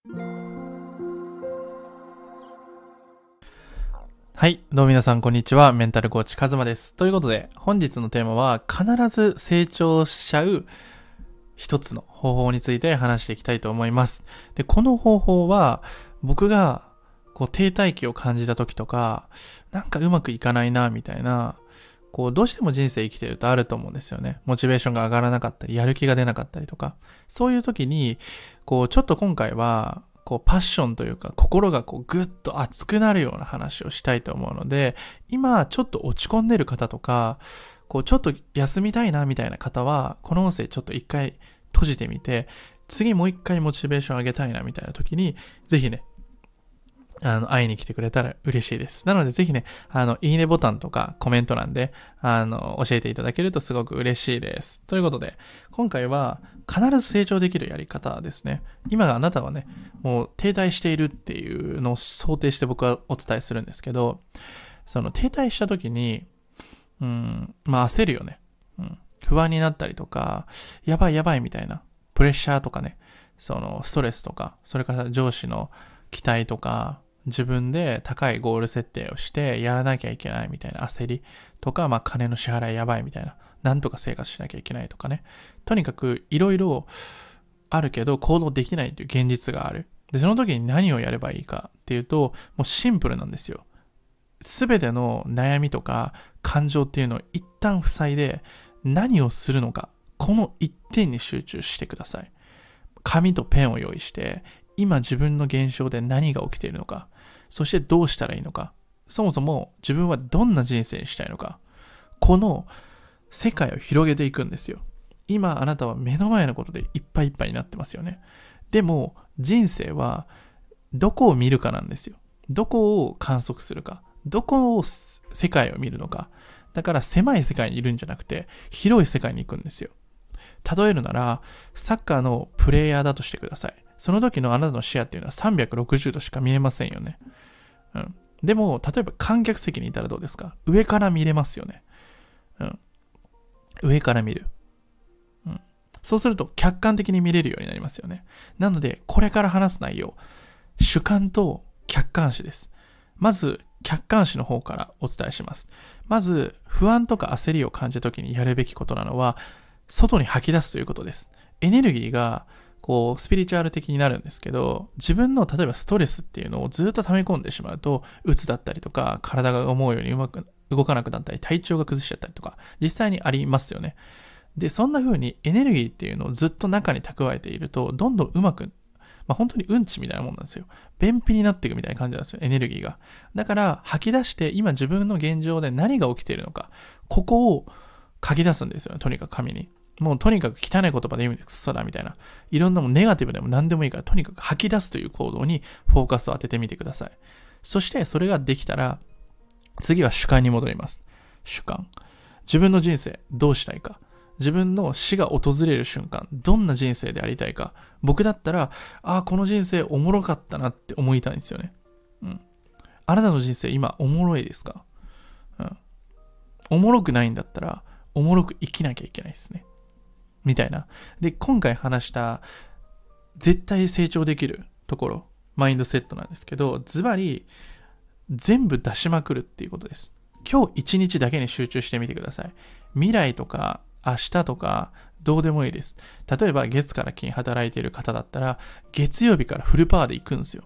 はい。どうも皆さん、こんにちは。メンタルコーチ、カズマです。ということで、本日のテーマは、必ず成長しちゃう一つの方法について話していきたいと思います。で、この方法は、僕が、停滞期を感じた時とか、なんかうまくいかないな、みたいな、どうしても人生生きてるとあると思うんですよね。モチベーションが上がらなかったり、やる気が出なかったりとか。そういう時に、ちょっと今回は、パッションというか、心がぐっと熱くなるような話をしたいと思うので、今、ちょっと落ち込んでる方とか、ちょっと休みたいな、みたいな方は、この音声ちょっと一回閉じてみて、次もう一回モチベーション上げたいな、みたいな時に、ぜひね、会いに来てくれたら嬉しいです。なのでぜひね、いいねボタンとかコメント欄で、教えていただけるとすごく嬉しいです。ということで、今回は必ず成長できるやり方ですね。今あなたはね、もう停滞しているっていうのを想定して僕はお伝えするんですけど、その停滞した時に、焦るよね。不安になったりとか、やばいやばいみたいな、プレッシャーとかね、そのストレスとか、それから上司の期待とか、自分で高いゴール設定をしてやらなきゃいけないみたいな焦りとか、金の支払いやばいみたいな、なんとか生活しなきゃいけないとかね。とにかくいろいろあるけど行動できないという現実がある。で、その時に何をやればいいかっていうと、もうシンプルなんですよ。すべての悩みとか感情っていうのを一旦塞いで何をするのか、この一点に集中してください。紙とペンを用意して、今自分の現象で何が起きているのか、そしてどうしたらいいのか、そもそも自分はどんな人生にしたいのか、この世界を広げていくんですよ。今あなたは目の前のことでいっぱいいっぱいになってますよね。でも人生はどこを見るかなんですよ。どこを観測するか、どこを世界を見るのか。だから狭い世界にいるんじゃなくて広い世界に行くんですよ。例えるならサッカーのプレイヤーだとしてください。その時のあなたの視野っていうのは360度しか見えませんよね。でも、例えば観客席にいたらどうですか？上から見れますよね。上から見る。そうすると客観的に見れるようになりますよね。なので、これから話す内容、主観と客観視です。まず、客観視の方からお伝えします。まず、不安とか焦りを感じた時にやるべきことなのは、外に吐き出すということです。エネルギーがスピリチュアル的になるんですけど、自分の例えばストレスっていうのをずっと溜め込んでしまうと、うつだったりとか、体が思うようにうまく動かなくなったり、体調が崩しちゃったりとか、実際にありますよね。で、そんな風にエネルギーっていうのをずっと中に蓄えていると、どんどんうまく、本当にうんちみたいなもんなんですよ。便秘になっていくみたいな感じなんですよ、エネルギーが。だから、吐き出して、今自分の現状で何が起きているのか、ここを書き出すんですよね、とにかく紙に。もうとにかく汚い言葉で言うんでクソだみたいな。いろんなもネガティブでも何でもいいから、とにかく吐き出すという行動にフォーカスを当ててみてください。そしてそれができたら、次は主観に戻ります。主観。自分の人生どうしたいか。自分の死が訪れる瞬間、どんな人生でありたいか。僕だったら、この人生おもろかったなって思いたいんですよね。あなたの人生今おもろいですか？おもろくないんだったら、おもろく生きなきゃいけないですね。みたいな。で、今回話した絶対成長できるところ、マインドセットなんですけど、ズバリ全部出しまくるっていうことです。今日一日だけに集中してみてください。未来とか明日とかどうでもいいです。例えば月から金働いている方だったら、月曜日からフルパワーで行くんですよ。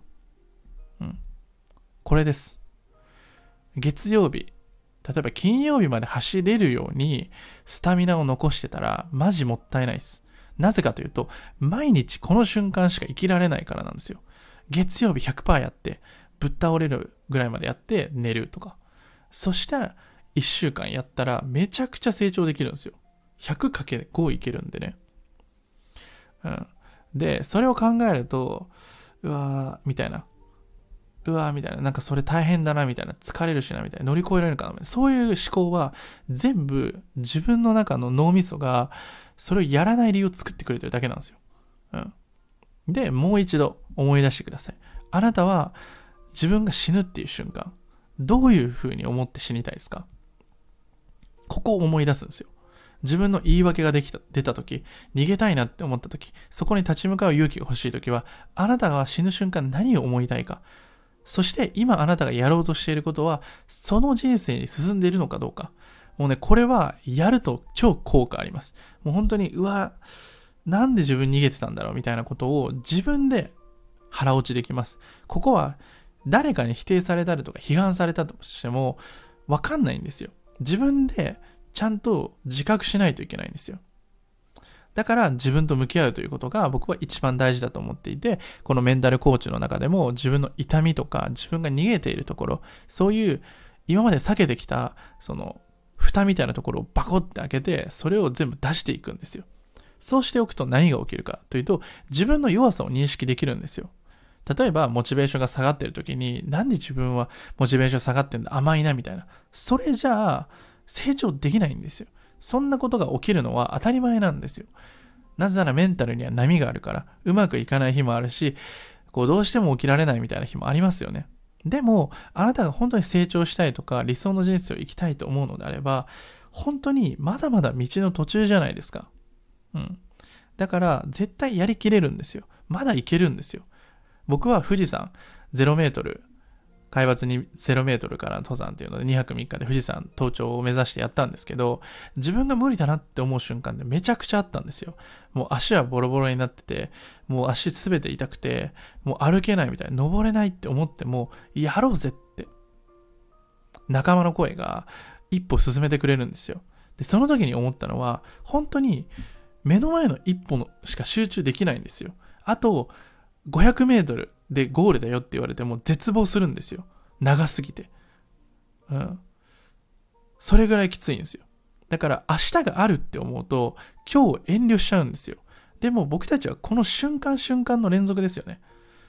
これです。月曜日、例えば金曜日まで走れるようにスタミナを残してたらマジもったいないです。なぜかというと、毎日この瞬間しか生きられないからなんですよ。月曜日 100% やってぶっ倒れるぐらいまでやって寝るとか。そしたら1週間やったらめちゃくちゃ成長できるんですよ。100×5 いけるんでね。で、それを考えると、うわーみたいな、なんかそれ大変だなみたいな、疲れるしなみたいな、乗り越えられるかなみたいな、そういう思考は全部自分の中の脳みそがそれをやらない理由を作ってくれてるだけなんですよ。で、もう一度思い出してください。あなたは自分が死ぬっていう瞬間、どういう風に思って死にたいですか？ここを思い出すんですよ。 自分の言い訳が出た時、逃げたいなって思った時、そこに立ち向かう勇気が欲しい時は、あなたが死ぬ瞬間何を思いたいか。そして今あなたがやろうとしていることは、その人生に進んでいるのかどうか。もうね、これはやると超効果あります。もう本当に、なんで自分逃げてたんだろうみたいなことを自分で腹落ちできます。ここは誰かに否定されたりとか批判されたとしてもわかんないんですよ。自分でちゃんと自覚しないといけないんですよ。だから自分と向き合うということが僕は一番大事だと思っていて、このメンタルコーチの中でも自分の痛みとか自分が逃げているところ、そういう今まで避けてきたその蓋みたいなところをバコって開けて、それを全部出していくんですよ。そうしておくと何が起きるかというと、自分の弱さを認識できるんですよ。例えばモチベーションが下がっている時に、なんで自分はモチベーション下がってんだ、甘いなみたいな、それじゃあ成長できないんですよ。そんなことが起きるのは当たり前なんですよ。なぜならメンタルには波があるから、うまくいかない日もあるし、どうしても起きられないみたいな日もありますよね。でもあなたが本当に成長したいとか理想の人生を生きたいと思うのであれば、本当にまだまだ道の途中じゃないですか。だから絶対やりきれるんですよ。まだいけるんですよ。僕は富士山0メートル、海抜に0メートルからの登山っていうので2泊3日で富士山登頂を目指してやったんですけど、自分が無理だなって思う瞬間でめちゃくちゃあったんですよ。もう足はボロボロになってて、もう足すべて痛くて、もう歩けないみたいな、登れないって思っても、やろうぜって仲間の声が一歩進めてくれるんですよ。で、その時に思ったのは、本当に目の前の一歩のしか集中できないんですよ。あと500メートルでゴールだよって言われても絶望するんですよ。長すぎて。それぐらいきついんですよ。だから明日があるって思うと今日遠慮しちゃうんですよ。でも僕たちはこの瞬間瞬間の連続ですよね。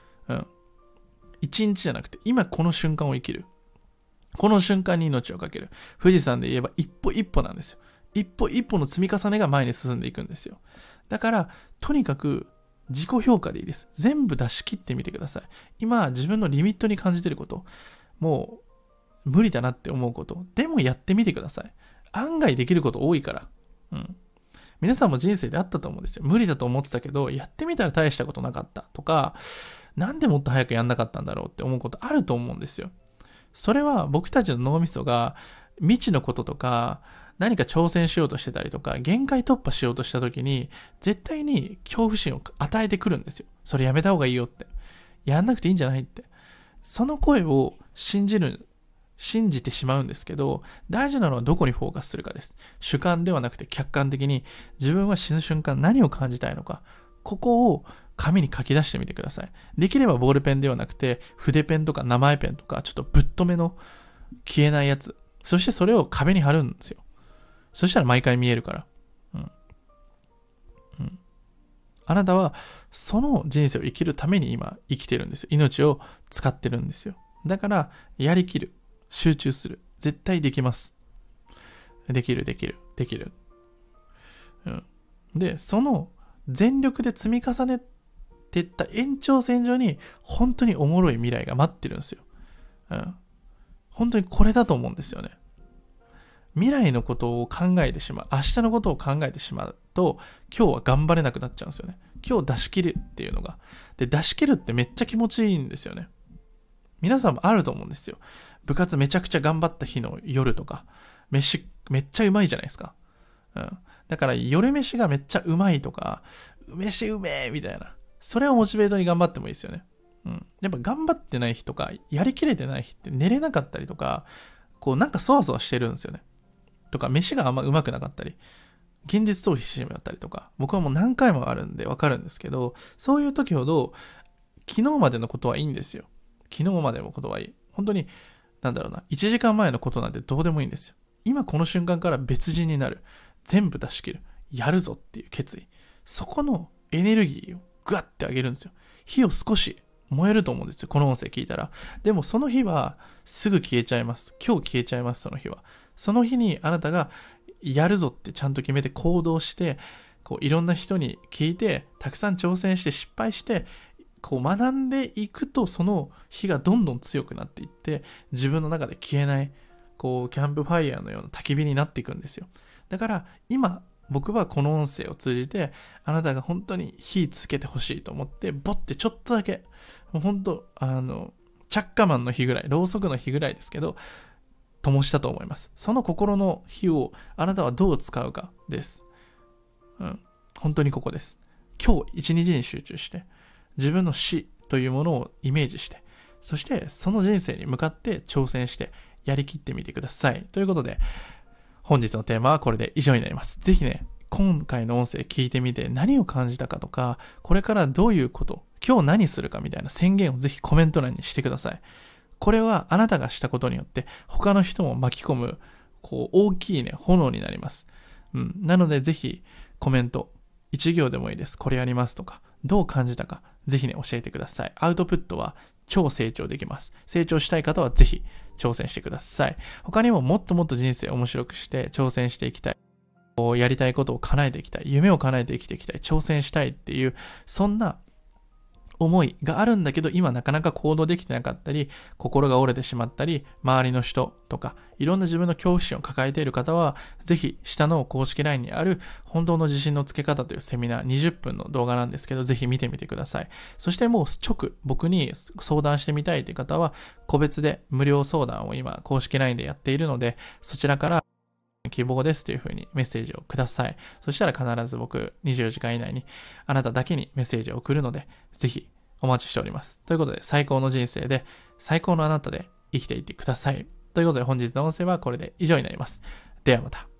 一日じゃなくて今この瞬間を生きる。この瞬間に命をかける。富士山で言えば一歩一歩なんですよ。一歩一歩の積み重ねが前に進んでいくんですよ。だからとにかく自己評価でいいです。全部出し切ってみてください。今自分のリミットに感じていること、もう無理だなって思うこと、でもやってみてください。案外できること多いから。皆さんも人生であったと思うんですよ。無理だと思ってたけど、やってみたら大したことなかったとか、なんでもっと早くやんなかったんだろうって思うことあると思うんですよ。それは僕たちの脳みそが未知のこととか、何か挑戦しようとしてたりとか、限界突破しようとした時に、絶対に恐怖心を与えてくるんですよ。それやめた方がいいよって。やんなくていいんじゃないって。その声を信じてしまうんですけど、大事なのはどこにフォーカスするかです。主観ではなくて客観的に、自分は死ぬ瞬間何を感じたいのか、ここを紙に書き出してみてください。できればボールペンではなくて、筆ペンとか名前ペンとか、ちょっとぶっとめの消えないやつ。そしてそれを壁に貼るんですよ。そしたら毎回見えるから。あなたはその人生を生きるために今生きてるんですよ。命を使ってるんですよ。だからやりきる。集中する。絶対できます。できる。で、その全力で積み重ねていった延長線上に本当におもろい未来が待ってるんですよ。本当にこれだと思うんですよね。未来のことを考えてしまう、明日のことを考えてしまうと、今日は頑張れなくなっちゃうんですよね。今日出し切るっていうのが。で、出し切るってめっちゃ気持ちいいんですよね。皆さんもあると思うんですよ。部活めちゃくちゃ頑張った日の夜とか、飯めっちゃうまいじゃないですか。だから夜飯がめっちゃうまいとか、飯うめえみたいな。それをモチベートに頑張ってもいいですよね。やっぱ頑張ってない日とか、やりきれてない日って寝れなかったりとか、なんかそわそわしてるんですよね。とか、飯があんまうまくなかったり、現実逃避してしまったりとか、僕はもう何回もあるんでわかるんですけど、そういう時ほど、昨日までのことはいいんですよ。昨日までのことはいい。本当に、1時間前のことなんてどうでもいいんですよ。今この瞬間から別人になる。全部出し切る。やるぞっていう決意。そこのエネルギーをグワッて上げるんですよ。火を少し燃えると思うんですよ。この音声聞いたら。でもその日はすぐ消えちゃいます。今日消えちゃいます。その日は。その日にあなたがやるぞってちゃんと決めて行動して、いろんな人に聞いて、たくさん挑戦して失敗して、学んでいくと、その火がどんどん強くなっていって、自分の中で消えない、キャンプファイヤーのような焚き火になっていくんですよ。 だから今僕はこの音声を通じてあなたが本当に火つけてほしいと思ってボッてちょっとだけもう本当チャッカマンの火ぐらい、ろうそくの火ぐらいですけど灯したと思います。その心の火をあなたはどう使うかです。本当にここです。今日一日に集中して自分の死というものをイメージして、そしてその人生に向かって挑戦してやりきってみてください。ということで本日のテーマはこれで以上になります。ぜひね、今回の音声聞いてみて何を感じたかとか、これからどういうこと、今日何するかみたいな宣言をぜひコメント欄にしてください。これはあなたがしたことによって他の人も巻き込む大きいね炎になります。なのでぜひコメント1行でもいいです。これやりますとかどう感じたかぜひね教えてください。アウトプットは超成長できます。成長したい方はぜひ挑戦してください。他にももっともっと人生を面白くして挑戦していきたい。やりたいことを叶えていきたい。夢を叶えて生きていきたい。挑戦したいっていうそんな思いがあるんだけど今なかなか行動できてなかったり心が折れてしまったり周りの人とかいろんな自分の恐怖心を抱えている方はぜひ下の公式 LINE にある本当の自信のつけ方というセミナー20分の動画なんですけどぜひ見てみてください。そしてもう僕に相談してみたいという方は個別で無料相談を今公式 LINE でやっているのでそちらから希望ですという風にメッセージをください。そしたら必ず僕24時間以内にあなただけにメッセージを送るのでぜひお待ちしております。ということで最高の人生で最高のあなたで生きていってください。ということで本日の音声はこれで以上になります。ではまた。